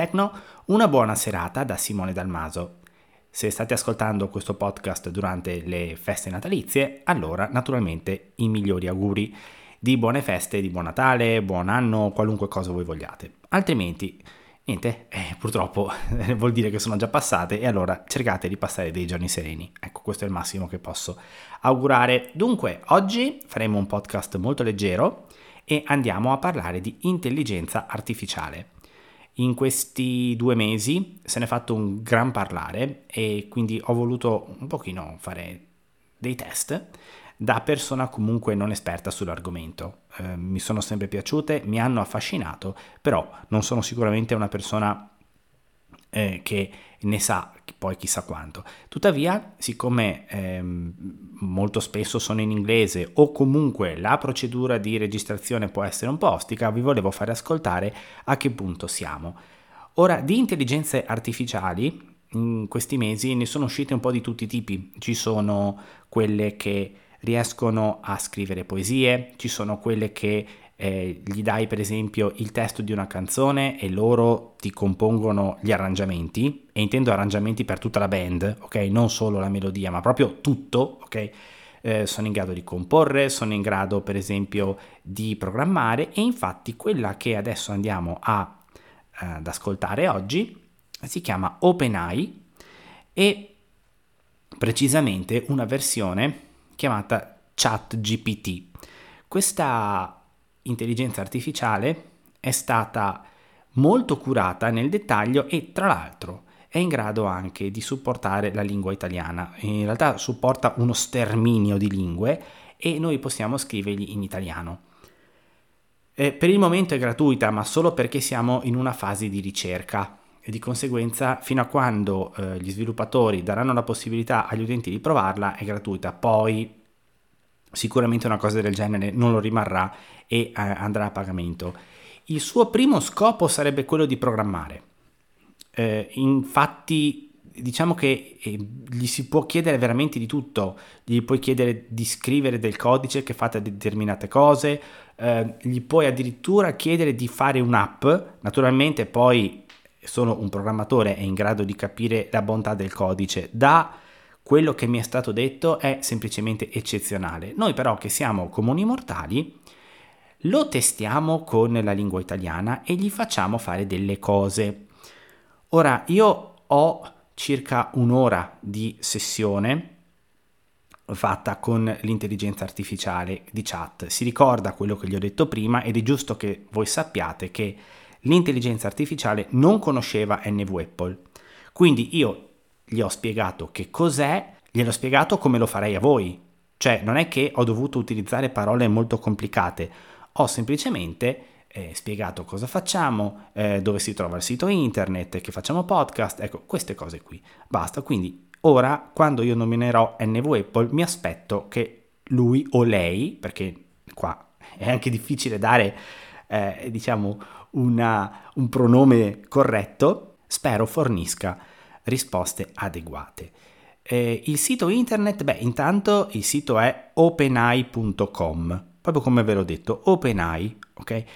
Tecno, una buona serata da Simone Dalmaso. Se state ascoltando questo podcast durante le feste natalizie, allora naturalmente i migliori auguri di buone feste, di buon Natale, buon anno, qualunque cosa voi vogliate. Altrimenti, niente, purtroppo vuol dire che sono già passate e allora cercate di passare dei giorni sereni. Ecco, questo è il massimo che posso augurare. Dunque, oggi faremo un podcast molto leggero e andiamo a parlare di intelligenza artificiale. In questi 2 mesi se ne è fatto un gran parlare e quindi ho voluto un pochino fare dei test da persona comunque non esperta sull'argomento. Mi sono sempre piaciute, mi hanno affascinato, però non sono sicuramente una persona che ne sa poi chissà quanto. Tuttavia, siccome molto spesso sono in inglese o comunque la procedura di registrazione può essere un po' ostica, vi volevo fare ascoltare a che punto siamo. Ora, di intelligenze artificiali in questi mesi ne sono uscite un po' di tutti i tipi. Ci sono quelle che riescono a scrivere poesie, ci sono quelle che gli dai per esempio il testo di una canzone e loro ti compongono gli arrangiamenti, e intendo arrangiamenti per tutta la band, ok? Non solo la melodia, ma proprio tutto, ok? Sono in grado di comporre, sono in grado per esempio di programmare, e infatti quella che adesso andiamo ad ascoltare oggi si chiama OpenAI e precisamente una versione chiamata ChatGPT. Questa intelligenza artificiale è stata molto curata nel dettaglio e tra l'altro è in grado anche di supportare la lingua italiana. In realtà supporta uno sterminio di lingue e noi possiamo scrivergli in italiano. Per il momento è gratuita, ma solo perché siamo in una fase di ricerca e di conseguenza fino a quando gli sviluppatori daranno la possibilità agli utenti di provarla è gratuita. Poi sicuramente una cosa del genere non lo rimarrà e andrà a pagamento. Il suo primo scopo sarebbe quello di programmare. Infatti diciamo che gli si può chiedere veramente di tutto. Gli puoi chiedere di scrivere del codice che fa determinate cose, gli puoi addirittura chiedere di fare un'app. Naturalmente poi solo un programmatore è in grado di capire la bontà del codice. Da quello che mi è stato detto è semplicemente eccezionale. Noi però che siamo comuni mortali lo testiamo con la lingua italiana e gli facciamo fare delle cose. Ora, io ho circa un'ora di sessione fatta con l'intelligenza artificiale di chat. Si ricorda quello che gli ho detto prima ed è giusto che voi sappiate che l'intelligenza artificiale non conosceva NVApple. Quindi io gli ho spiegato che cos'è, gliel'ho spiegato come lo farei a voi. Cioè, non è che ho dovuto utilizzare parole molto complicate, ho semplicemente spiegato cosa facciamo, dove si trova il sito internet, che facciamo podcast, ecco, queste cose qui. Basta, quindi ora, quando io nominerò NVApple, mi aspetto che lui o lei, perché qua è anche difficile dare, diciamo, un pronome corretto, spero fornisca risposte adeguate. Il sito internet, intanto il sito è openai.com, proprio come ve l'ho detto, OpenAI, ok?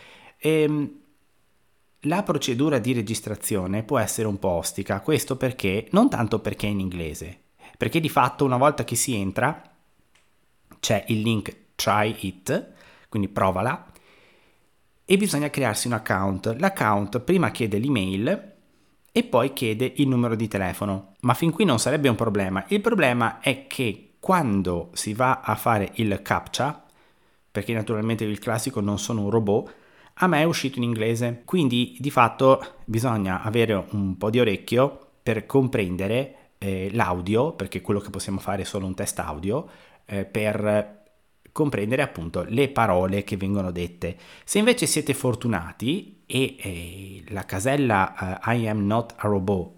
La procedura di registrazione può essere un po' ostica, questo perché, non tanto perché è in inglese, perché di fatto una volta che si entra c'è il link try it, quindi provala, e bisogna crearsi un account. L'account prima chiede l'email e poi chiede il numero di telefono, ma fin qui non sarebbe un problema. Il problema è che quando si va a fare il CAPTCHA, perché naturalmente il classico non sono un robot, a me è uscito in inglese, quindi di fatto bisogna avere un po' di orecchio per comprendere l'audio, perché quello che possiamo fare è solo un test audio, per comprendere appunto le parole che vengono dette. Se invece siete fortunati e la casella I am not a robot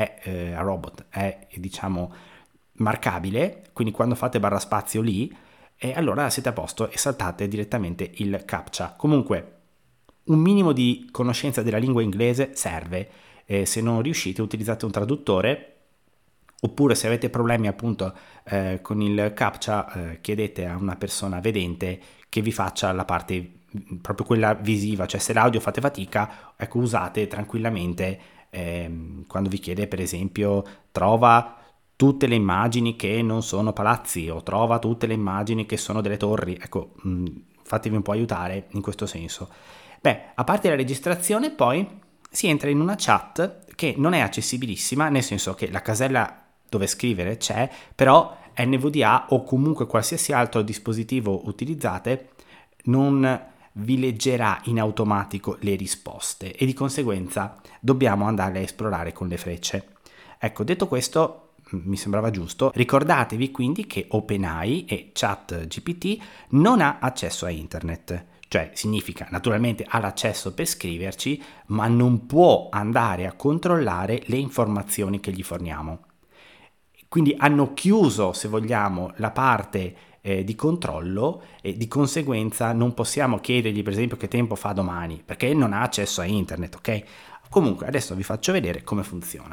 è diciamo marcabile, quindi quando fate barra spazio lì, allora siete a posto e saltate direttamente il CAPTCHA. Comunque un minimo di conoscenza della lingua inglese serve. Se non riuscite utilizzate un traduttore, oppure se avete problemi appunto con il CAPTCHA chiedete a una persona vedente che vi faccia la parte proprio quella visiva, cioè se l'audio fate fatica, ecco, usate tranquillamente quando vi chiede per esempio trova tutte le immagini che non sono palazzi o trova tutte le immagini che sono delle torri, ecco, fatevi un po' aiutare in questo senso. Beh, a parte la registrazione poi si entra in una chat che non è accessibilissima, nel senso che la casella dove scrivere c'è, però NVDA o comunque qualsiasi altro dispositivo utilizzate non vi leggerà in automatico le risposte e di conseguenza dobbiamo andare a esplorare con le frecce. Ecco, detto questo, mi sembrava giusto. Ricordatevi quindi che OpenAI e ChatGPT non ha accesso a internet. Cioè significa naturalmente ha l'accesso per scriverci, ma non può andare a controllare le informazioni che gli forniamo. Quindi hanno chiuso, se vogliamo, la parte di controllo e di conseguenza non possiamo chiedergli per esempio che tempo fa domani, perché non ha accesso a internet, ok? Comunque adesso vi faccio vedere come funziona.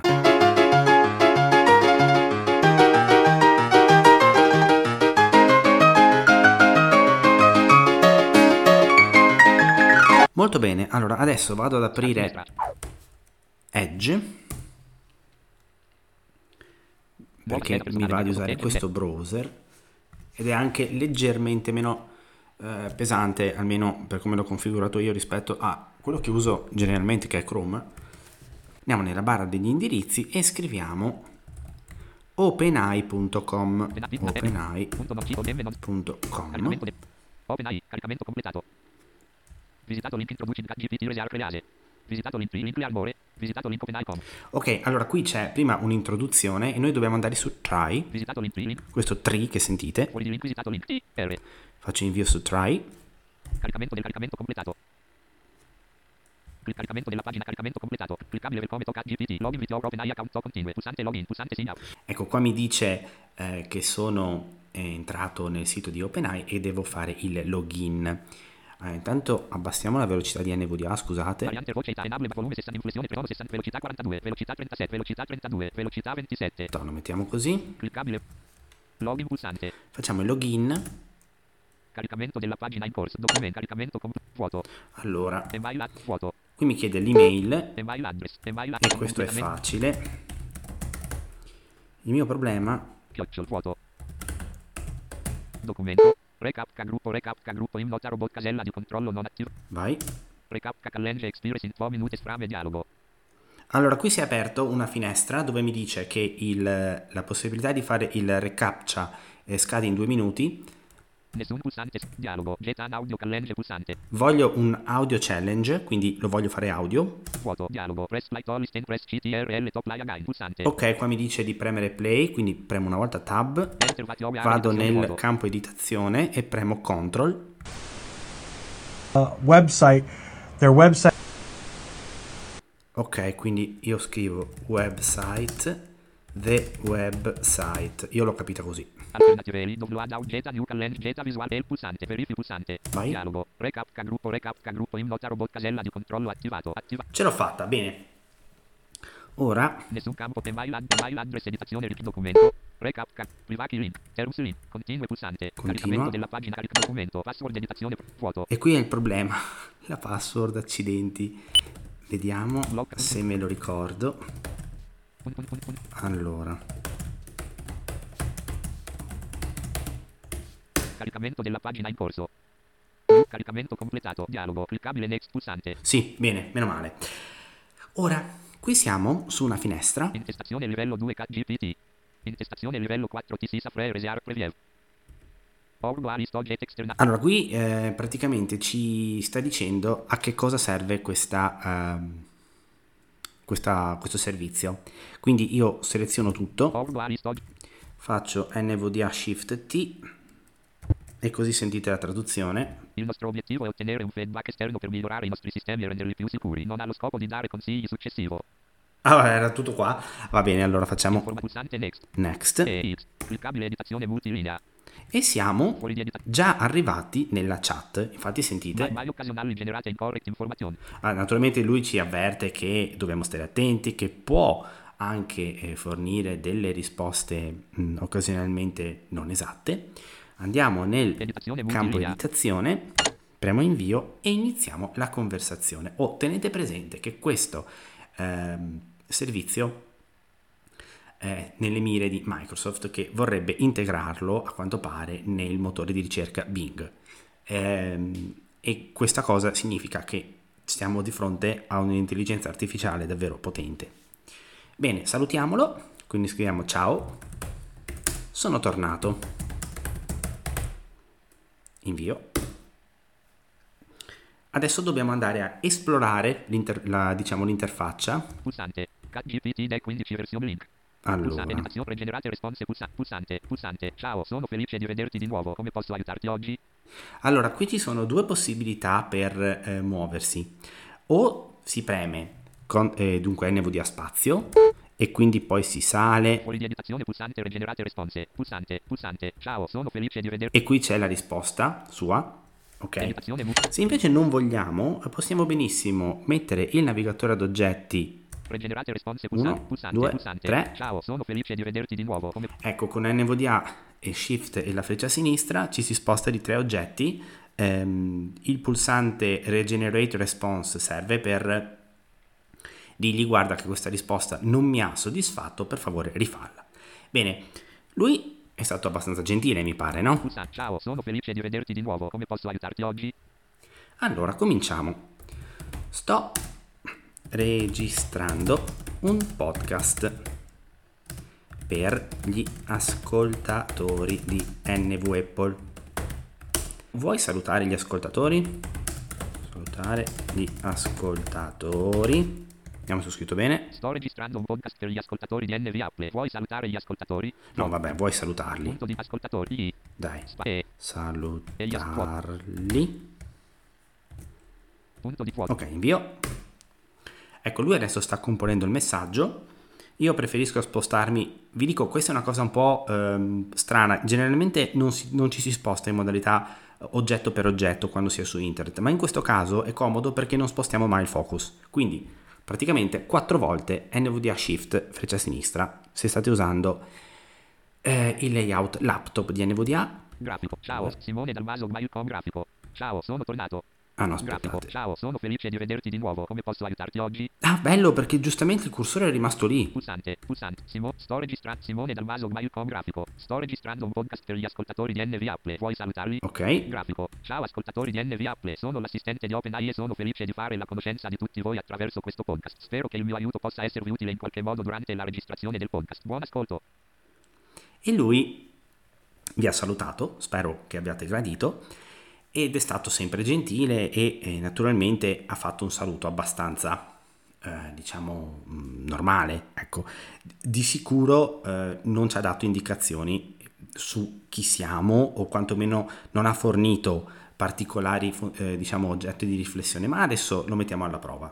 Molto bene, allora adesso vado ad aprire Edge, perché mi va di usare questo browser ed è anche leggermente meno pesante, almeno per come l'ho configurato io rispetto a quello che uso generalmente, che è Chrome. Andiamo nella barra degli indirizzi e scriviamo openai.com. OpenAI, caricamento completato. Visitato link introduci ChatGPT Research Crease. Visitato link Learn More. Visitato link OpenAI.com. Ok, allora qui c'è prima un'introduzione e noi dobbiamo andare su try. Visitato link. Questo tree che sentite. Fuori di link visitato link R. Faccio invio su try. Caricamento del caricamento completato. Caricamento della pagina, caricamento completato. Cliccabile per come tocca GPT. Login with your OpenAI account to continue. Pulsante login, pulsante sign up. Ecco, qua mi dice che sono entrato nel sito di OpenAI e devo fare il login. Intanto abbassiamo la velocità di NVDA, scusate. Variante voce enable volume 60 inflessione premono 60 velocità 42, velocità 37, velocità 32, velocità 27. Lo mettiamo così. Cliccabile. Login pulsante. Facciamo il login. Caricamento della pagina in corso. Documento caricamento vuoto. Allora, Email vuoto. qui mi chiede l'email. Email address. Email E questo è facile. Il mio problema. Vuoto. Documento. Recap gruppo in nota robot casella di controllo non attivo. Vai. Recap challenge experience in 2 minuti frame dialogo. Allora, qui si è aperto una finestra dove mi dice che la possibilità di fare il recaptcha scade in 2 minuti. Nessun pulsante dialogo. Geta audio challenge pulsante. Voglio un audio challenge, quindi lo voglio fare audio. Vuoto dialogo. Press play to listen, press CTRL top play again pulsante. Ok, qua mi dice di premere play, quindi premo una volta tab. Vado nel campo editazione e premo control. Their website. Ok, quindi io scrivo website, the website. Io l'ho capita così. Alternative download out Geta new challenge Geta visual el pulsante verifi pulsante. Vai. Dialogo. Recap gruppo in nota robot casella di controllo attivato. Ce l'ho fatta, bene. Ora. Nessun campo email address editazione documento. Recap privati link. Terms link. Continue pulsante. Caricamento della pagina documento. Password editazione vuoto. E qui è il problema. La password, accidenti. Vediamo se me lo ricordo. Allora. Caricamento della pagina in corso. Caricamento completato. Dialogo. Cliccabile next pulsante. Sì, bene, meno male. Ora, qui siamo su una finestra. Intestazione livello 2 ChatGPT. Intestazione livello 4 TC Safre Research Preview. Allora, qui praticamente ci sta dicendo a che cosa serve questo servizio. Quindi io seleziono tutto, faccio NVDA Shift T e così sentite la traduzione. Il nostro obiettivo è ottenere un feedback esterno per migliorare i nostri sistemi e renderli più sicuri. Non ha lo scopo di dare consigli successivo. Ah, era tutto qua? Va bene, allora facciamo Next. Cliccabile editazione multilinea. E siamo già arrivati nella chat. Infatti sentite. Naturalmente lui ci avverte che dobbiamo stare attenti, che può anche fornire delle risposte occasionalmente non esatte. Andiamo nel campo editazione, premo invio e iniziamo la conversazione. Tenete presente che questo servizio nelle mire di Microsoft, che vorrebbe integrarlo a quanto pare nel motore di ricerca Bing. E questa cosa significa che stiamo di fronte a un'intelligenza artificiale davvero potente. Bene, salutiamolo, quindi scriviamo ciao, sono tornato, invio. Adesso dobbiamo andare a esplorare l'interfaccia. Pulsante. ChatGPT DE 15 versione link. Allora, Pulsante. Editazione regenerate response. Pulsante. Pulsante. Ciao, sono felice di vederti di nuovo. Come posso aiutarti oggi? allora, qui ci sono due possibilità per muoversi. O si preme dunque NVDA spazio e quindi poi si sale Fuori di editazione. Pulsante. Regenerate response. Pulsante. Pulsante. Ciao, sono felice di vederti. e qui c'è la risposta sua. Ok. Editazione. Se invece non vogliamo, possiamo benissimo mettere il navigatore ad oggetti. Regenerate response. Uno, Pulsante. due, Pulsante. tre. Ciao, sono felice di vederti di nuovo. Come Ecco, con NVDA e Shift e la freccia a sinistra ci si sposta di 3 oggetti. Il pulsante Regenerate Response serve per dirgli: guarda che questa risposta non mi ha soddisfatto, per favore rifalla. Bene, lui è stato abbastanza gentile, mi pare, no? Pulsante. Ciao, sono felice di vederti di nuovo. Come posso aiutarti oggi? Allora, cominciamo. Sto registrando un podcast per gli ascoltatori di NV Apple. Vuoi salutare gli ascoltatori? Salutare gli ascoltatori. Vediamo se ho scritto bene. Sto registrando un podcast per gli ascoltatori di NV Apple. Vuoi salutare gli ascoltatori? No, vabbè, vuoi salutarli? Punto di ascoltatori. Dai, E salutarli. punto di fuoco. Ok, invio. Ecco, lui adesso sta componendo il messaggio. Io preferisco spostarmi. Vi dico, questa è una cosa un po' strana. Generalmente non ci si sposta in modalità oggetto per oggetto quando si è su internet, ma in questo caso è comodo perché non spostiamo mai il focus. Quindi praticamente 4 volte NVDA Shift freccia a sinistra se state usando il layout laptop di NVDA. Grafico. Ciao, Simone Dalmaso Mailcom grafico. Ciao, sono tornato. Ah no, Grafico. aspettate. Ciao, sono felice di vederti di nuovo. Come posso aiutarti oggi? Ah, bello, perché giustamente il cursore è rimasto lì. Pulsante. Pulsante. Sto registrando Simone Dalmaso Mailcom grafico. Sto registrando un podcast per gli ascoltatori di NV Apple. Vuoi salutarli? Ok. Grafico. Ciao ascoltatori di NV Apple. Sono l'assistente di OpenAI e sono felice di fare la conoscenza di tutti voi attraverso questo podcast. Spero che il mio aiuto possa esservi utile in qualche modo durante la registrazione del podcast. Buon ascolto. E lui vi ha salutato, spero che abbiate gradito, ed è stato sempre gentile e naturalmente ha fatto un saluto abbastanza normale, ecco. Di sicuro non ci ha dato indicazioni su chi siamo, o quantomeno non ha fornito particolari oggetti di riflessione, ma adesso lo mettiamo alla prova.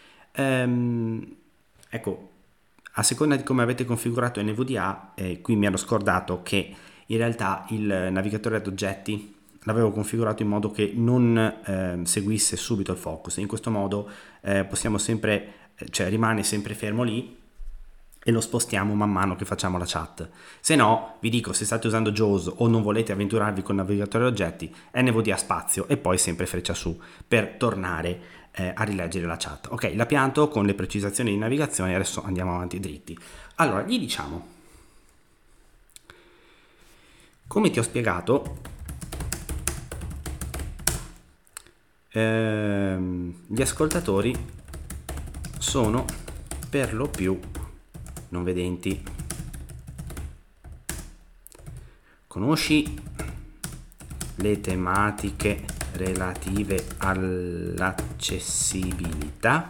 Ecco, a seconda di come avete configurato NVDA, qui mi ero scordato che in realtà il navigatore ad oggetti l'avevo configurato in modo che non seguisse subito il focus. In questo modo possiamo sempre, rimane sempre fermo lì e lo spostiamo man mano che facciamo la chat. Se no, vi dico, se state usando JAWS o non volete avventurarvi con il navigatore ad oggetti, NVDA spazio e poi sempre freccia su per tornare a rileggere la chat. Ok, la pianto con le precisazioni di navigazione, adesso andiamo avanti dritti. Allora, gli diciamo: come ti ho spiegato, gli ascoltatori sono per lo più non vedenti. Conosci le tematiche relative all'accessibilità?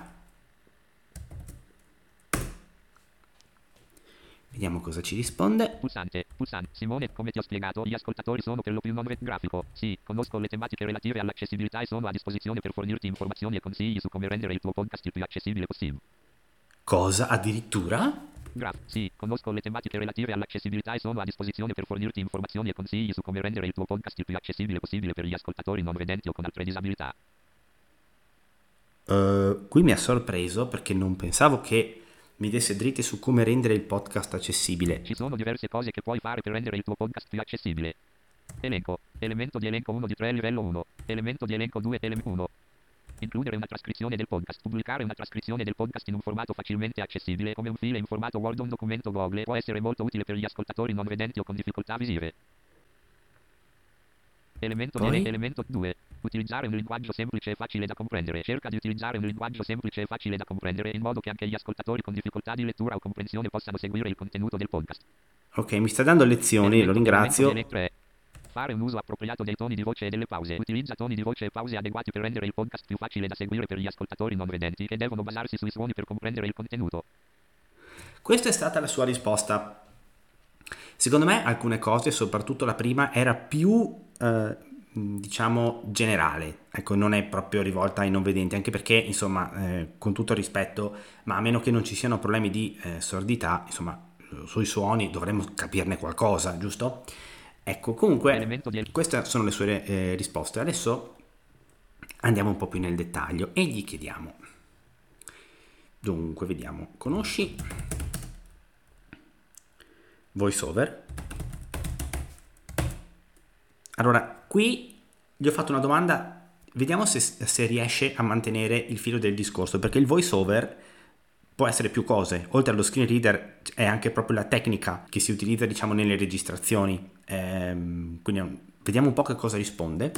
Vediamo cosa ci risponde. Pulsante. Simone, come ti ho spiegato, gli ascoltatori sono per lo più non grafico. Sì, conosco le tematiche relative all'accessibilità e sono a disposizione per fornirti informazioni e consigli su come rendere il tuo podcast il più accessibile possibile. Cosa? Addirittura? Sì, conosco le tematiche relative all'accessibilità e sono a disposizione per fornirti informazioni e consigli su come rendere il tuo podcast il più accessibile possibile per gli ascoltatori non vedenti o con altre disabilità. Qui mi ha sorpreso perché non pensavo che mi desse dritte su come rendere il podcast accessibile. Ci sono diverse cose che puoi fare per rendere il tuo podcast più accessibile. Elenco. Elemento di elenco 1 di 3 livello 1. Elemento di elenco 2 1. Includere una trascrizione del podcast. Pubblicare una trascrizione del podcast in un formato facilmente accessibile come un file in formato Word o un documento Google può essere molto utile per gli ascoltatori non vedenti o con difficoltà visive. Elemento 2. Utilizzare un linguaggio semplice e facile da comprendere. Cerca di utilizzare un linguaggio semplice e facile da comprendere in modo che anche gli ascoltatori con difficoltà di lettura o comprensione possano seguire il contenuto del podcast. Ok, mi sta dando lezioni, lo ringrazio. Elemento 3. Fare un uso appropriato dei toni di voce e delle pause. Utilizza toni di voce e pause adeguati per rendere il podcast più facile da seguire per gli ascoltatori non vedenti che devono basarsi sui suoni per comprendere il contenuto. Questa è stata la sua risposta. Secondo me alcune cose, soprattutto la prima, era più diciamo generale, ecco, non è proprio rivolta ai non vedenti, anche perché insomma con tutto il rispetto, ma a meno che non ci siano problemi di sordità, insomma sui suoni dovremmo capirne qualcosa, giusto? Ecco, comunque queste sono le sue risposte. Adesso andiamo un po' più nel dettaglio e gli chiediamo, dunque vediamo, conosci VoiceOver? Allora, qui gli ho fatto una domanda, vediamo se riesce a mantenere il filo del discorso, perché il VoiceOver può essere più cose, oltre allo screen reader è anche proprio la tecnica che si utilizza, diciamo, nelle registrazioni, quindi vediamo un po' che cosa risponde.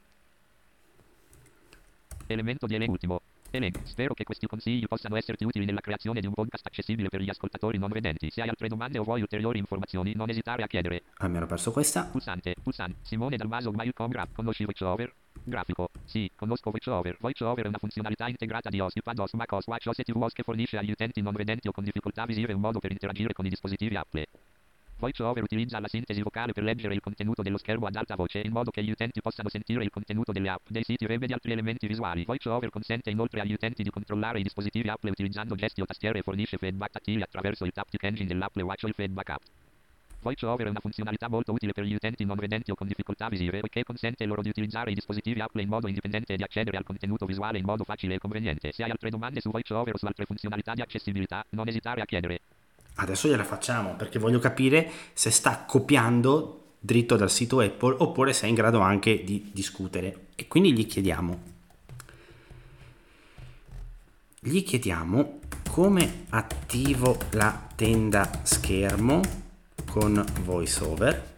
Elemento di ultimo. Spero che questi consigli possano esserti utili nella creazione di un podcast accessibile per gli ascoltatori non vedenti. Se hai altre domande o vuoi ulteriori informazioni, non esitare a chiedere. Mi ero perso questa. Pulsante. Simone Dalmaso conosci VoiceOver? Grafico. Sì, conosco VoiceOver. VoiceOver è una funzionalità integrata di OS, iPadOS, macOS, WatchOS e tvOS che fornisce agli utenti non vedenti o con difficoltà visive un modo per interagire con i dispositivi Apple. VoiceOver utilizza la sintesi vocale per leggere il contenuto dello schermo ad alta voce in modo che gli utenti possano sentire il contenuto delle app, dei siti web e di altri elementi visuali. VoiceOver consente inoltre agli utenti di controllare i dispositivi Apple utilizzando gesti o tastiere e fornisce feedback tattili attraverso il Taptic Engine dell'Apple Watch o il Feedback App. VoiceOver è una funzionalità molto utile per gli utenti non vedenti o con difficoltà visive poiché consente loro di utilizzare i dispositivi Apple in modo indipendente e di accedere al contenuto visuale in modo facile e conveniente. Se hai altre domande su VoiceOver o su altre funzionalità di accessibilità, non esitare a chiedere. Adesso gliela facciamo perché voglio capire se sta copiando dritto dal sito Apple oppure se è in grado anche di discutere. E quindi gli chiediamo come attivo la tenda schermo con VoiceOver.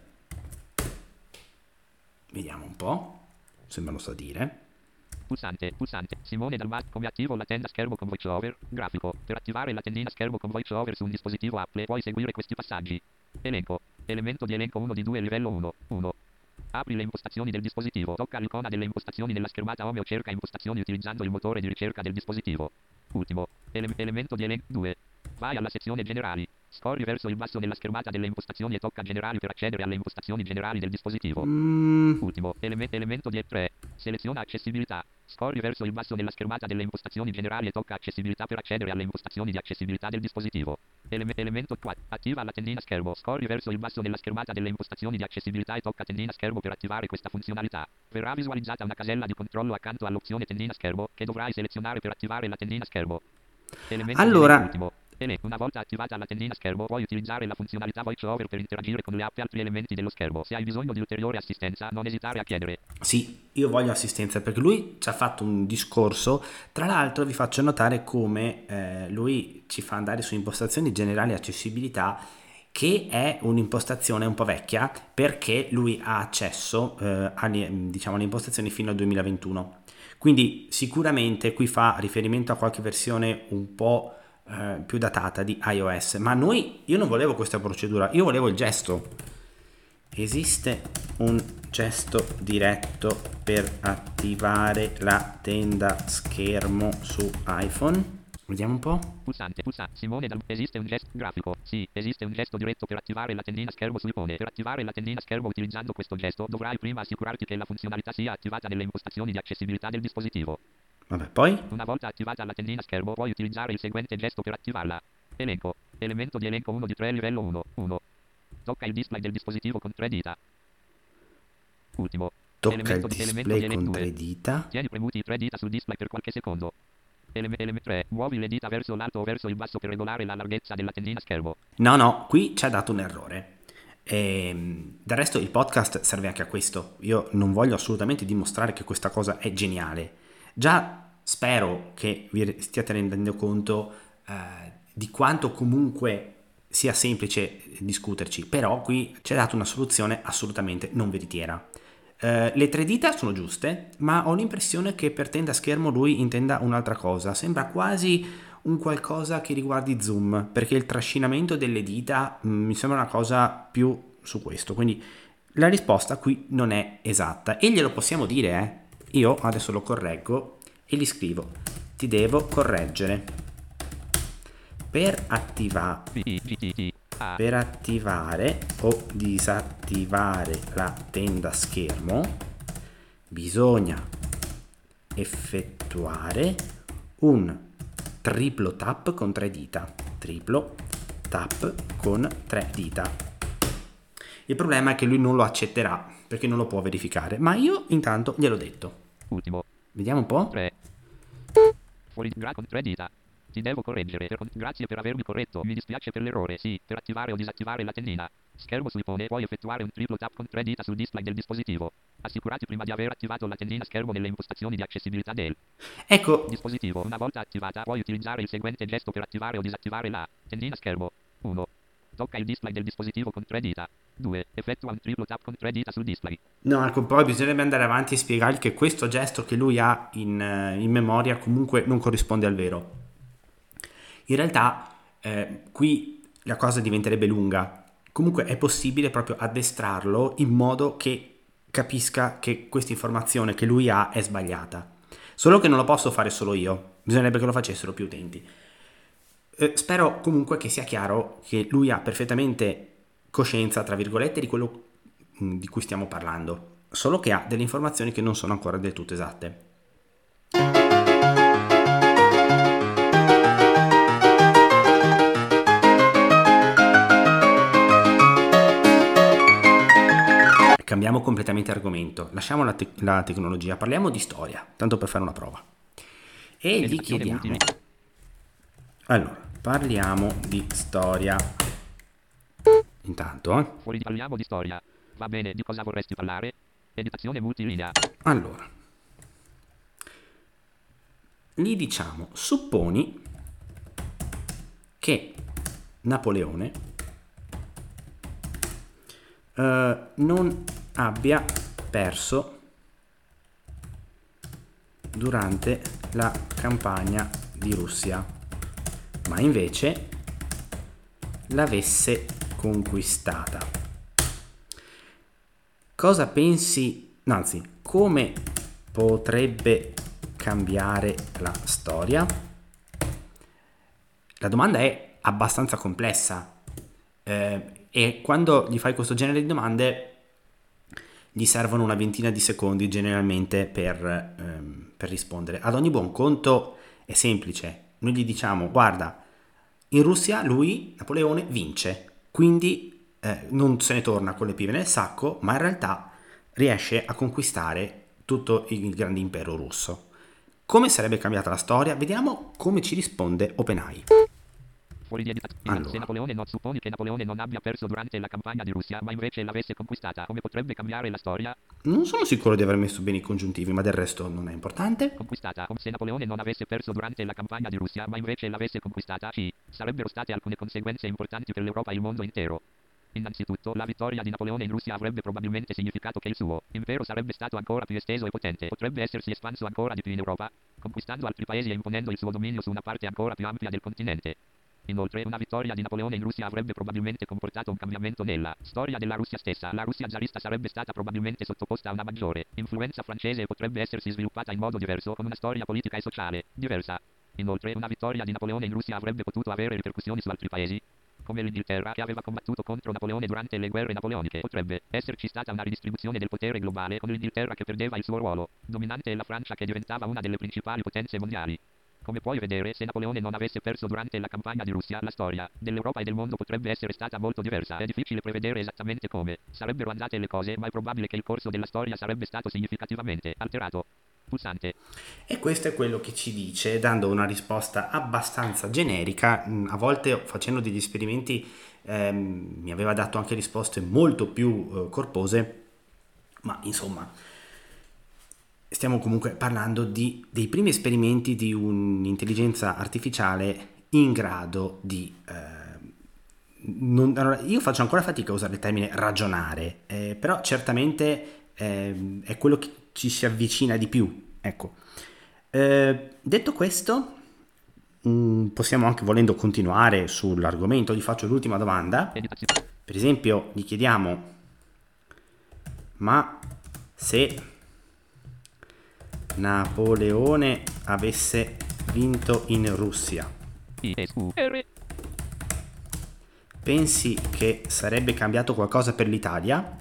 Vediamo un po', sembra lo sa dire. Pulsante. Simone Dalmaso, come attivo la tenda schermo con VoiceOver? Grafico. Per attivare la tendina schermo con VoiceOver su un dispositivo Apple puoi seguire questi passaggi. Elenco. Elemento di elenco 1 di 2 livello 1. 1. Apri le impostazioni del dispositivo. Tocca l'icona delle impostazioni nella schermata Home o cerca impostazioni utilizzando il motore di ricerca del dispositivo. Ultimo. Elemento di elenco 2. Vai alla sezione generali. Scorri verso il basso della schermata delle impostazioni e tocca generali per accedere alle impostazioni generali del dispositivo. Ultimo. Elemento di 3. Seleziona accessibilità. Scorri verso il basso della schermata delle impostazioni generali e tocca accessibilità per accedere alle impostazioni di accessibilità del dispositivo. Elemento 4. Attiva la tendina schermo. Scorri verso il basso della schermata delle impostazioni di accessibilità e tocca tendina schermo per attivare questa funzionalità. Verrà visualizzata una casella di controllo accanto all'opzione tendina schermo che dovrai selezionare per attivare la tendina schermo. Allora, una volta attivata la tendina schermo puoi utilizzare la funzionalità VoiceOver per interagire con le app e altri elementi dello schermo. Se hai bisogno di ulteriore assistenza, non esitare a chiedere. Sì, io voglio assistenza perché lui ci ha fatto un discorso. Tra l'altro vi faccio notare come lui ci fa andare su impostazioni generali e accessibilità, che è un'impostazione un po' vecchia perché lui ha accesso alle impostazioni fino al 2021. Quindi sicuramente qui fa riferimento a qualche versione un po' più datata di iOS, ma io non volevo questa procedura, io volevo il gesto. Esiste un gesto diretto per attivare la tenda schermo su iPhone? Vediamo un po'. Pulsante. Simone esiste un gesto grafico. Sì, esiste un gesto diretto per attivare la tendina schermo su iPhone. Per attivare la tendina schermo utilizzando questo gesto dovrai prima assicurarti che la funzionalità sia attivata nelle impostazioni di accessibilità del dispositivo. Vabbè, poi? Una volta attivata la tendina schermo puoi utilizzare il seguente gesto per attivarla. Elenco. Elemento di elenco 1 di 3 livello 1. 1. Tocca il display del dispositivo con 3 dita. Ultimo. Tocca il display con 3 dita. Tieni premuti i 3 dita sul display per qualche secondo. Elemento 3. Muovi le dita verso l'alto o verso il basso per regolare la larghezza della tendina schermo. No, qui ci ha dato un errore. Del resto il podcast serve anche a questo. Io non voglio assolutamente dimostrare che questa cosa è geniale. Già spero che vi stiate rendendo conto di quanto comunque sia semplice discuterci, però qui ci è data una soluzione assolutamente non veritiera. Le 3 dita sono giuste, ma ho l'impressione che per tenda schermo lui intenda un'altra cosa. Sembra quasi un qualcosa che riguardi zoom, perché il trascinamento delle dita mi sembra una cosa più su questo, quindi la risposta qui non è esatta e glielo possiamo dire, Io adesso lo correggo e gli scrivo: ti devo correggere. Per attivare o disattivare la tenda schermo bisogna effettuare un triplo tap con 3 dita. Triplo tap con 3 dita. Il problema è che lui non lo accetterà perché non lo può verificare, ma io intanto gliel'ho detto. Ultimo. Vediamo un po'. 3. Fuori con 3 dita. Ti devo correggere. Grazie per avermi corretto. Mi dispiace per l'errore. Sì, per attivare o disattivare la tendina schermo su iPhone puoi effettuare un triplo tap con 3 dita sul display del dispositivo. Assicurati prima di aver attivato la tendina schermo nelle impostazioni di accessibilità del dispositivo. Una volta attivata puoi utilizzare il seguente gesto per attivare o disattivare la tendina schermo. 1. Tocca il display del dispositivo con 3 dita. 2. Effettua un triplo tap con 3 dita sul display. No, ecco, poi bisognerebbe andare avanti e spiegargli che questo gesto che lui ha in memoria comunque non corrisponde al vero. In realtà qui la cosa diventerebbe lunga. Comunque è possibile proprio addestrarlo in modo che capisca che questa informazione che lui ha è sbagliata. Solo che non lo posso fare solo io, bisognerebbe che lo facessero più utenti. Spero comunque che sia chiaro che lui ha perfettamente coscienza, tra virgolette, di quello di cui stiamo parlando, solo che ha delle informazioni che non sono ancora del tutto esatte. Cambiamo completamente argomento, lasciamo la tecnologia, parliamo di storia, tanto per fare una prova. E gli chiediamo... Allora, parliamo di storia. Intanto, Fuori parliamo di storia. Va bene, di cosa vorresti parlare? Editazione multilinea. Allora, gli diciamo, supponi che Napoleone non abbia perso durante la campagna di Russia, ma invece l'avesse conquistata. Cosa pensi, anzi, come potrebbe cambiare la storia? La domanda è abbastanza complessa e quando gli fai questo genere di domande gli servono una ventina di secondi generalmente per rispondere. Ad ogni buon conto è semplice, noi gli diciamo: guarda, in Russia lui, Napoleone, vince, quindi non se ne torna con le pive nel sacco, ma in realtà riesce a conquistare tutto il grande impero russo. Come sarebbe cambiata la storia? Vediamo come ci risponde OpenAI. Fuori di editazione. Allora. Se Napoleone supponi che Napoleone non abbia perso durante la campagna di Russia, ma invece l'avesse conquistata, come potrebbe cambiare la storia? Non sono sicuro di aver messo bene i congiuntivi, ma del resto non è importante. Conquistata. Se Napoleone non avesse perso durante la campagna di Russia, ma invece l'avesse conquistata, ci sarebbero state alcune conseguenze importanti per l'Europa e il mondo intero. Innanzitutto, la vittoria di Napoleone in Russia avrebbe probabilmente significato che il suo impero sarebbe stato ancora più esteso e potente, potrebbe essersi espanso ancora di più in Europa, conquistando altri paesi e imponendo il suo dominio su una parte ancora più ampia del continente. Inoltre, una vittoria di Napoleone in Russia avrebbe probabilmente comportato un cambiamento nella storia della Russia stessa. La Russia zarista sarebbe stata probabilmente sottoposta a una maggiore influenza francese e potrebbe essersi sviluppata in modo diverso, con una storia politica e sociale diversa. Inoltre, una vittoria di Napoleone in Russia avrebbe potuto avere ripercussioni su altri paesi, come l'Inghilterra, che aveva combattuto contro Napoleone durante le guerre napoleoniche. Potrebbe esserci stata una ridistribuzione del potere globale, con l'Inghilterra che perdeva il suo ruolo dominante e la Francia che diventava una delle principali potenze mondiali. Come puoi vedere, se Napoleone non avesse perso durante la campagna di Russia, la storia dell'Europa e del mondo potrebbe essere stata molto diversa. È difficile prevedere esattamente come sarebbero andate le cose, ma è probabile che il corso della storia sarebbe stato significativamente alterato. Pulsante. E questo è quello che ci dice, dando una risposta abbastanza generica. A volte, facendo degli esperimenti, mi aveva dato anche risposte molto più corpose, ma insomma, stiamo comunque parlando dei primi esperimenti di un'intelligenza artificiale in grado di... allora, io faccio ancora fatica a usare il termine ragionare, però certamente è quello che ci si avvicina di più. Ecco. Detto questo, possiamo anche, volendo, continuare sull'argomento. Gli faccio l'ultima domanda. Editazione. Per esempio, gli chiediamo: ma se Napoleone avesse vinto in Russia, ISUR. pensi che sarebbe cambiato qualcosa per l'Italia?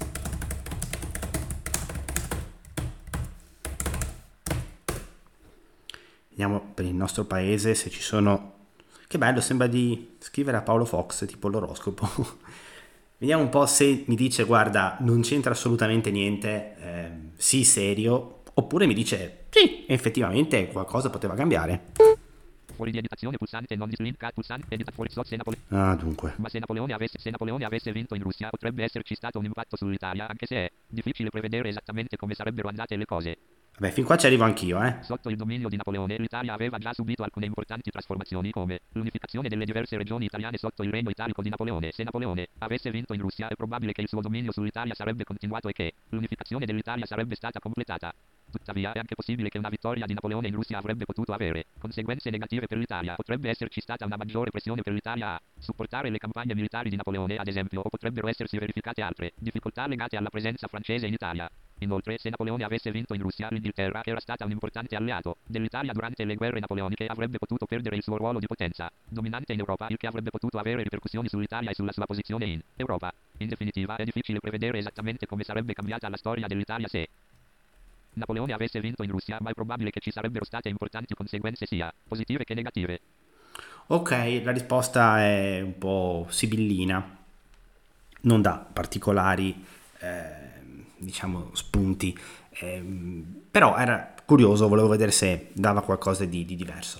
Vediamo per il nostro paese se ci sono... Che bello, sembra di scrivere a Paolo Fox, tipo l'oroscopo. Vediamo un po' se mi dice: guarda, non c'entra assolutamente niente, sì, serio, oppure mi dice: sì, effettivamente qualcosa poteva cambiare. Fuori di editazione, pulsante, non dislink, pulsante, edita fuori slot, se Ah, dunque. Ma se Napoleone avesse vinto in Russia, potrebbe esserci stato un impatto sull'Italia, anche se è difficile prevedere esattamente come sarebbero andate le cose. Vabbè, fin qua ci arrivo anch'io, Sotto il dominio di Napoleone, l'Italia aveva già subito alcune importanti trasformazioni, come l'unificazione delle diverse regioni italiane sotto il regno italico di Napoleone. Se Napoleone avesse vinto in Russia, è probabile che il suo dominio sull'Italia sarebbe continuato e che l'unificazione dell'Italia sarebbe stata completata. Tuttavia, è anche possibile che una vittoria di Napoleone in Russia avrebbe potuto avere conseguenze negative per l'Italia. Potrebbe esserci stata una maggiore pressione per l'Italia a supportare le campagne militari di Napoleone, ad esempio, o potrebbero essersi verificate altre difficoltà legate alla presenza francese in Italia. Inoltre, se Napoleone avesse vinto in Russia, l'Inghilterra, che era stata un importante alleato dell'Italia durante le guerre napoleoniche, avrebbe potuto perdere il suo ruolo di potenza dominante in Europa, il che avrebbe potuto avere ripercussioni sull'Italia e sulla sua posizione in Europa. In definitiva, è difficile prevedere esattamente come sarebbe cambiata la storia dell'Italia se Napoleone avesse vinto in Russia, ma è probabile che ci sarebbero state importanti conseguenze sia positive che negative. Ok, la risposta è un po' sibillina, non dà particolari, diciamo, spunti, però era curioso, volevo vedere se dava qualcosa di diverso.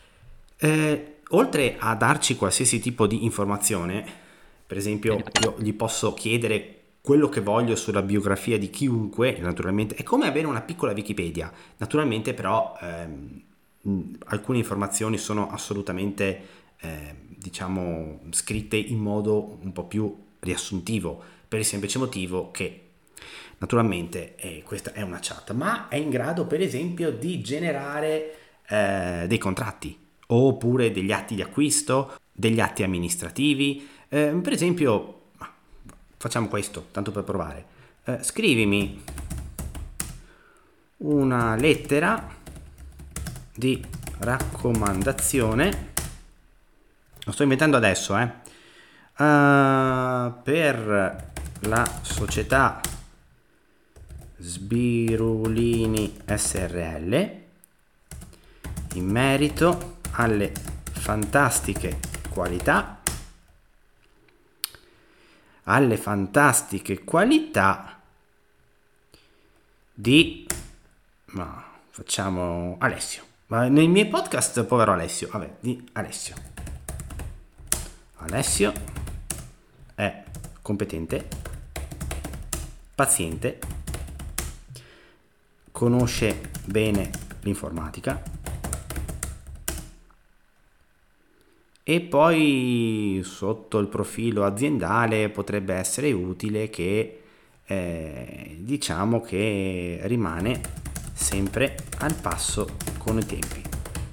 Oltre a darci qualsiasi tipo di informazione, per esempio io gli posso chiedere quello che voglio sulla biografia di chiunque, naturalmente è come avere una piccola Wikipedia, naturalmente però alcune informazioni sono assolutamente diciamo scritte in modo un po' più riassuntivo, per il semplice motivo che naturalmente questa è una chat, ma è in grado per esempio di generare dei contratti oppure degli atti di acquisto, degli atti amministrativi. Per esempio, facciamo questo, tanto per provare. Scrivimi una lettera di raccomandazione, lo sto inventando adesso, per la società Sbirulini SRL in merito alle fantastiche qualità di, ma facciamo Alessio, ma nei miei podcast povero Alessio, vabbè, di Alessio. Alessio è competente, paziente, conosce bene l'informatica e poi sotto il profilo aziendale potrebbe essere utile che diciamo che rimane sempre al passo con i tempi.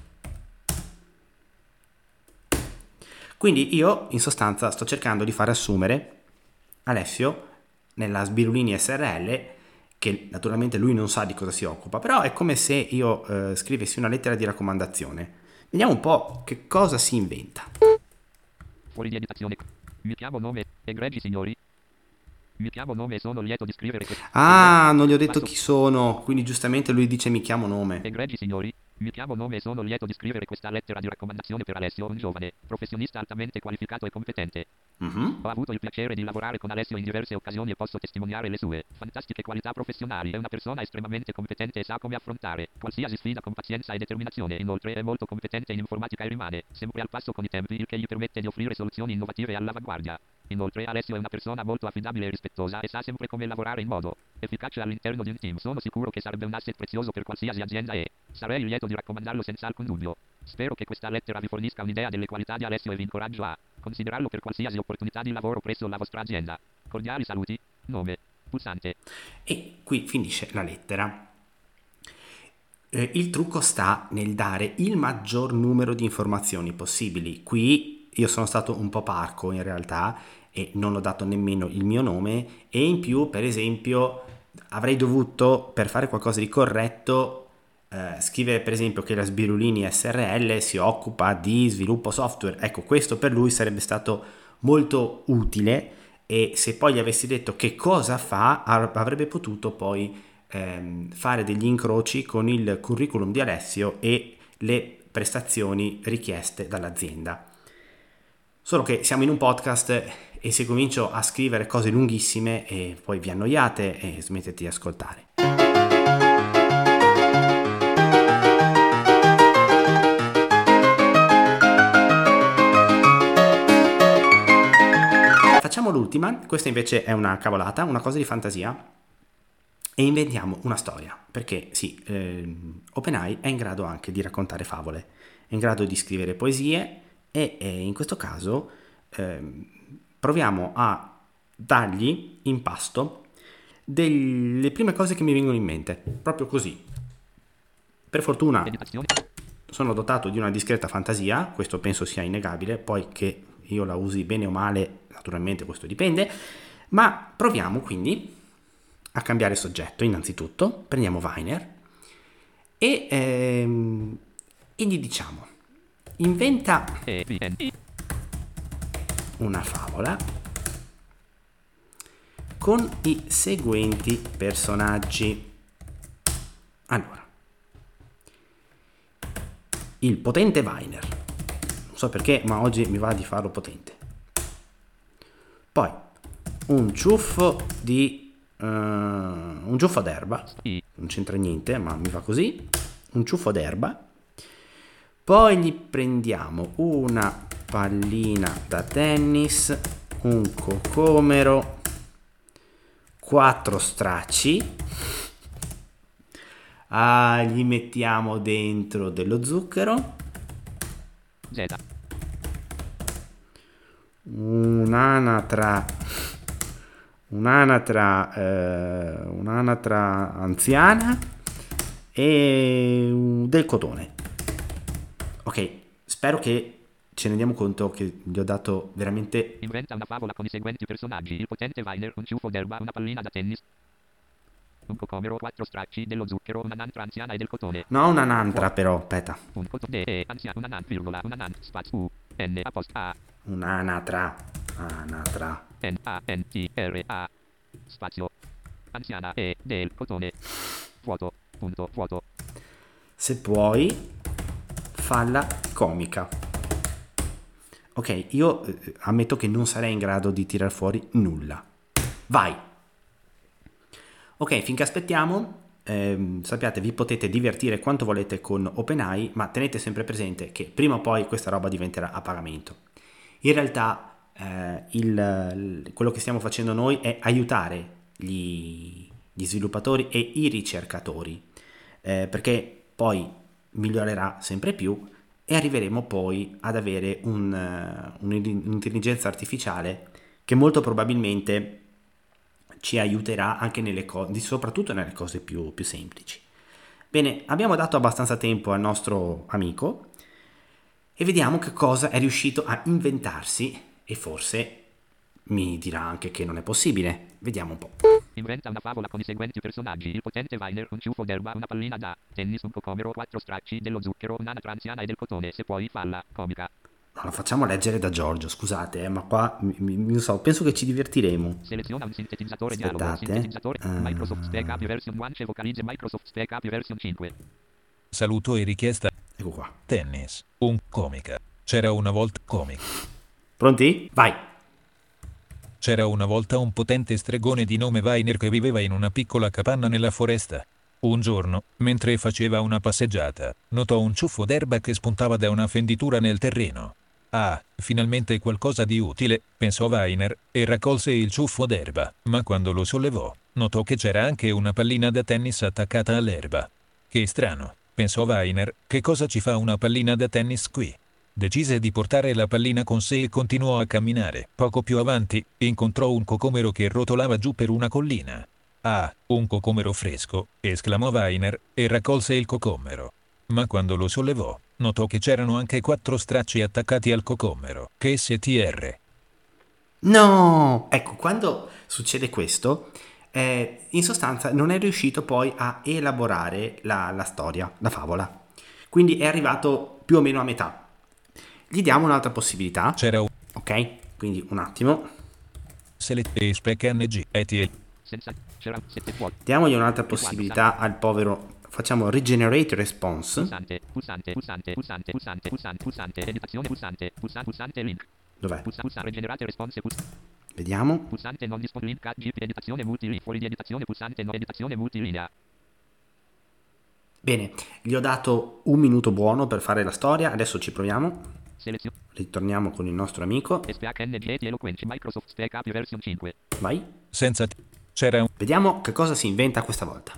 Quindi io in sostanza sto cercando di far assumere Alessio nella Sbirulini SRL, che naturalmente lui non sa di cosa si occupa, però è come se io scrivessi una lettera di raccomandazione. Vediamo un po' che cosa si inventa. Fuori di editazione. Mi chiamo nome, egregi signori. Mi chiamo nome e sono lieto di scrivere questo. Ah, non gli ho detto chi sono, quindi giustamente lui dice mi chiamo nome. Egregi signori, mi chiamo nome e sono lieto di scrivere questa lettera di raccomandazione per Alessio, un giovane professionista altamente qualificato e competente. Ho avuto il piacere di lavorare con Alessio in diverse occasioni e posso testimoniare le sue fantastiche qualità professionali. È una persona estremamente competente e sa come affrontare qualsiasi sfida con pazienza e determinazione. Inoltre è molto competente in informatica e rimane sempre al passo con i tempi, il che gli permette di offrire soluzioni innovative e all'avanguardia. Inoltre Alessio è una persona molto affidabile e rispettosa e sa sempre come lavorare in modo efficace all'interno di un team. Sono sicuro che sarebbe un asset prezioso per qualsiasi azienda e sarei lieto di raccomandarlo senza alcun dubbio. Spero che questa lettera vi fornisca un'idea delle qualità di Alessio e vi incoraggio a considerarlo per qualsiasi opportunità di lavoro presso la vostra azienda. Cordiali saluti. Nome. Pulsante. E qui finisce la lettera. Il trucco sta nel dare il maggior numero di informazioni possibili. Qui io sono stato un po' parco in realtà e non ho dato nemmeno il mio nome, e in più, per esempio, avrei dovuto, per fare qualcosa di corretto, scrivere per esempio che la Sbirulini SRL si occupa di sviluppo software. Ecco, questo per lui sarebbe stato molto utile, e se poi gli avessi detto che cosa fa, avrebbe potuto poi fare degli incroci con il curriculum di Alessio e le prestazioni richieste dall'azienda. Solo che siamo in un podcast e se comincio a scrivere cose lunghissime e poi vi annoiate e smettete di ascoltare. Facciamo l'ultima, questa invece è una cavolata, una cosa di fantasia, e inventiamo una storia, perché sì, OpenAI è in grado anche di raccontare favole, è in grado di scrivere poesie e in questo caso proviamo a dargli in pasto delle prime cose che mi vengono in mente, proprio così. Per fortuna sono dotato di una discreta fantasia, questo penso sia innegabile, poi che io la usi bene o male, naturalmente questo dipende, ma proviamo quindi a cambiare soggetto. Innanzitutto prendiamo Viner e gli diciamo: inventa una favola con i seguenti personaggi. Allora, il potente Viner, non so perché, ma oggi mi va di farlo potente. Poi un ciuffo d'erba, non c'entra niente, ma mi va così. Un ciuffo d'erba. Poi gli prendiamo una pallina da tennis, un cocomero, 4 stracci. Gli mettiamo dentro dello zucchero, un'anatra anziana e del cotone. Ok, spero che ce ne diamo conto che gli ho dato veramente... Inventa una favola con i seguenti personaggi: il potente Viner, un ciuffo d'erba, una pallina da tennis, un cocomero, 4 stracci, dello zucchero, una nantra anziana e del cotone. No, una nantra però, aspetta. Un cotone anziano, una nant, virgola, una nant, spazio, n, appost, a. Un'anatra. N-A-N-T-R-A, spazio, anziana e del cotone, vuoto, punto, vuoto. Se puoi, falla comica. Ok, io ammetto che non sarei in grado di tirar fuori nulla. Vai! Ok, finché aspettiamo, sappiate, vi potete divertire quanto volete con OpenAI, ma tenete sempre presente che prima o poi questa roba diventerà a pagamento. In realtà quello che stiamo facendo noi è aiutare gli sviluppatori e i ricercatori, perché poi migliorerà sempre più e arriveremo poi ad avere un'intelligenza artificiale che molto probabilmente ci aiuterà anche soprattutto nelle cose più semplici. Bene, abbiamo dato abbastanza tempo al nostro amico e vediamo che cosa è riuscito a inventarsi, e forse mi dirà anche che non è possibile. Vediamo un po'. Inventa una favola con i seguenti personaggi: il potente Viner, un ciuffo d'erba, una pallina da tennis, un cocomero, 4 stracci, dello zucchero, un'anatra anziana e del cotone. Se puoi, falla comica. No, lo facciamo leggere da Giorgio, scusate, ma qua non so, penso che ci divertiremo. Seleziona un sintetizzatore dialogo. Sintetizzatore Microsoft Spec API version 1, vocalizze Microsoft Spec API version 5. Saluto e richiesta. Ecco qua. Tennis, un comica. C'era una volta comic. Pronti? Vai! C'era una volta un potente stregone di nome Viner che viveva in una piccola capanna nella foresta. Un giorno, mentre faceva una passeggiata, notò un ciuffo d'erba che spuntava da una fenditura nel terreno. Ah, finalmente qualcosa di utile, pensò Weiner, e raccolse il ciuffo d'erba, ma quando lo sollevò, notò che c'era anche una pallina da tennis attaccata all'erba. Che strano, pensò Weiner, che cosa ci fa una pallina da tennis qui? Decise di portare la pallina con sé e continuò a camminare. Poco più avanti, incontrò un cocomero che rotolava giù per una collina. Ah, un cocomero fresco, esclamò Weiner, e raccolse il cocomero. Ma quando lo sollevò, notò che c'erano anche 4 stracci attaccati al cocomero. Che STR. No! Ecco, quando succede questo, in sostanza non è riuscito poi a elaborare la storia, la favola. Quindi è arrivato più o meno a metà. Gli diamo un'altra possibilità. C'era un Ok? Quindi un attimo. select spec NG ETL. Senza. C'era 7 vuoto. Diamogli un'altra possibilità al povero. Facciamo regenerate response. Pulsante, pulsante, pulsante, pulsante, pulsante, pulsante, pulsante, editazione pulsante, pulsante, pulsante, link. Dov'è? Pulsante, regenerate response, Vediamo. pulsante non disponibile, link, GIF, editazione multilinea, fuori di editazione, pulsante no editazione multilinea. Bene, gli ho dato un minuto buono per fare la storia. Adesso ci proviamo. Selezione. Ritorniamo con il nostro amico. SPH NG Eloquent, Microsoft Spec API version 5. Vai. C'era un Vediamo che cosa si inventa questa volta.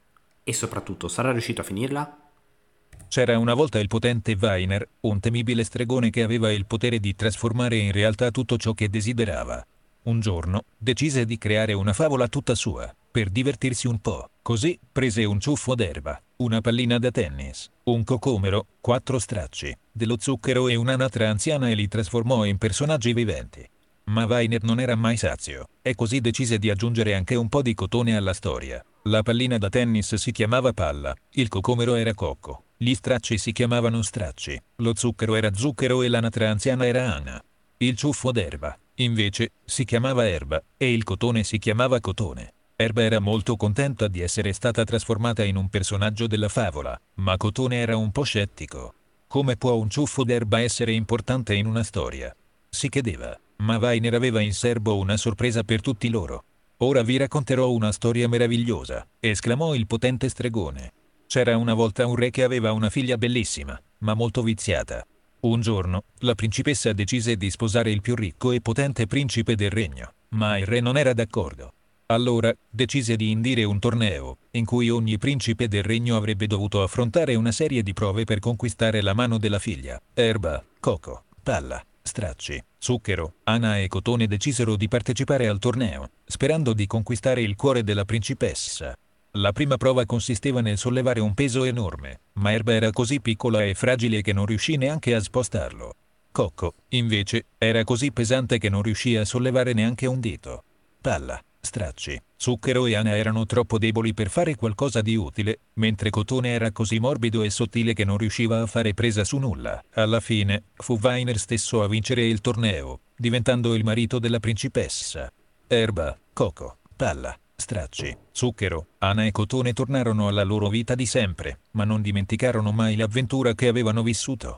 E soprattutto, sarà riuscito a finirla? C'era una volta il potente Weiner, un temibile stregone che aveva il potere di trasformare in realtà tutto ciò che desiderava. Un giorno, decise di creare una favola tutta sua, per divertirsi un po'. Così, prese un ciuffo d'erba, una pallina da tennis, un cocomero, 4 stracci, dello zucchero e un'anatra anziana e li trasformò in personaggi viventi. Ma Weiner non era mai sazio, e così decise di aggiungere anche un po' di cotone alla storia. La pallina da tennis si chiamava palla, il cocomero era cocco, gli stracci si chiamavano stracci, lo zucchero era zucchero e l'anatra anziana era ana. Il ciuffo d'erba, invece, si chiamava erba, e il cotone si chiamava cotone. Erba era molto contenta di essere stata trasformata in un personaggio della favola, ma Cotone era un po' scettico. Come può un ciuffo d'erba essere importante in una storia? Si chiedeva, ma Weiner aveva in serbo una sorpresa per tutti loro. Ora vi racconterò una storia meravigliosa, esclamò il potente stregone. C'era una volta un re che aveva una figlia bellissima, ma molto viziata. Un giorno, la principessa decise di sposare il più ricco e potente principe del regno, ma il re non era d'accordo. Allora, decise di indire un torneo, in cui ogni principe del regno avrebbe dovuto affrontare una serie di prove per conquistare la mano della figlia. Erba, coco, palla, stracci, zucchero, ana e cotone decisero di partecipare al torneo, sperando di conquistare il cuore della principessa. La prima prova consisteva nel sollevare un peso enorme, ma Erba era così piccola e fragile che non riuscì neanche a spostarlo. Cocco, invece, era così pesante che non riuscì a sollevare neanche un dito. Palla, stracci, zucchero e ana erano troppo deboli per fare qualcosa di utile, mentre Cotone era così morbido e sottile che non riusciva a fare presa su nulla. Alla fine, fu Weiner stesso a vincere il torneo, diventando il marito della principessa. Erba, coco, palla, stracci, zucchero, ana e Cotone tornarono alla loro vita di sempre, ma non dimenticarono mai l'avventura che avevano vissuto.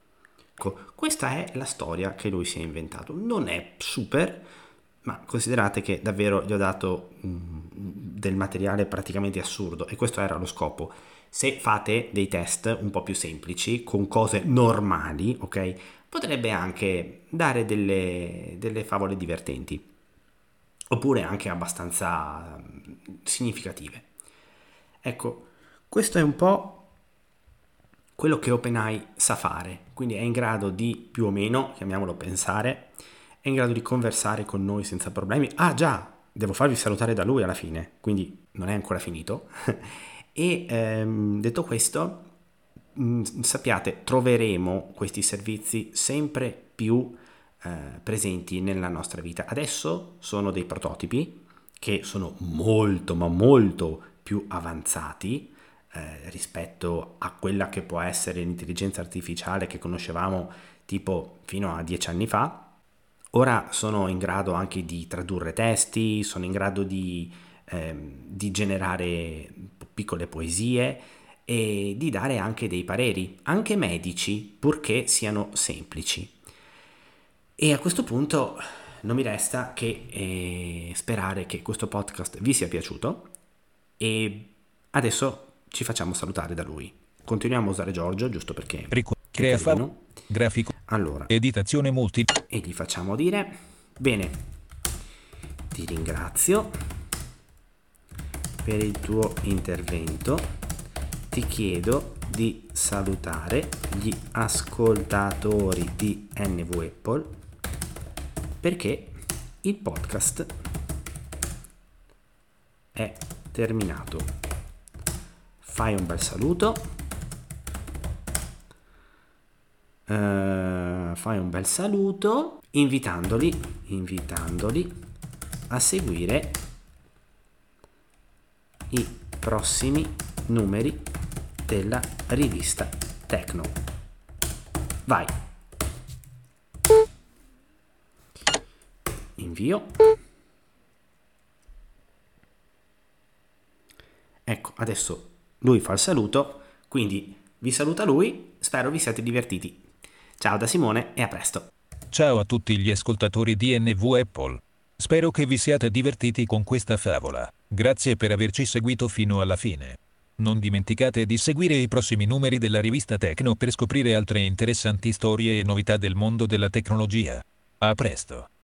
Ecco, questa è la storia che lui si è inventato. Non è super, ma considerate che davvero gli ho dato del materiale praticamente assurdo e questo era lo scopo. Se fate dei test un po' più semplici, con cose normali, ok, potrebbe anche dare delle favole divertenti, oppure anche abbastanza significative. Ecco, questo è un po' quello che OpenAI sa fare, quindi è in grado di, più o meno, chiamiamolo pensare, è in grado di conversare con noi senza problemi. Ah già, devo farvi salutare da lui alla fine, quindi non è ancora finito. E detto questo, sappiate, troveremo questi servizi sempre più presenti nella nostra vita. Adesso sono dei prototipi che sono molto ma molto più avanzati rispetto a quella che può essere l'intelligenza artificiale che conoscevamo tipo fino a 10 anni fa. Ora sono in grado anche di tradurre testi, sono in grado di generare piccole poesie e di dare anche dei pareri, anche medici, purché siano semplici. E a questo punto non mi resta che sperare che questo podcast vi sia piaciuto e adesso ci facciamo salutare da lui. Continuiamo a usare Giorgio, giusto perché Crea carino. grafico. Allora, editazione multi. e gli facciamo dire: bene, ti ringrazio per il tuo intervento, ti chiedo di salutare gli ascoltatori di NV Apple perché il podcast è terminato. Fai un bel saluto. Invitandoli a seguire i prossimi numeri della rivista Tecno. Vai. Invio. Ecco, adesso lui fa il saluto, quindi vi saluta lui, spero vi siate divertiti. Ciao da Simone e a presto. Ciao a tutti gli ascoltatori di NV Apple. Spero che vi siate divertiti con questa favola. Grazie per averci seguito fino alla fine. Non dimenticate di seguire i prossimi numeri della rivista Tecno per scoprire altre interessanti storie e novità del mondo della tecnologia. A presto!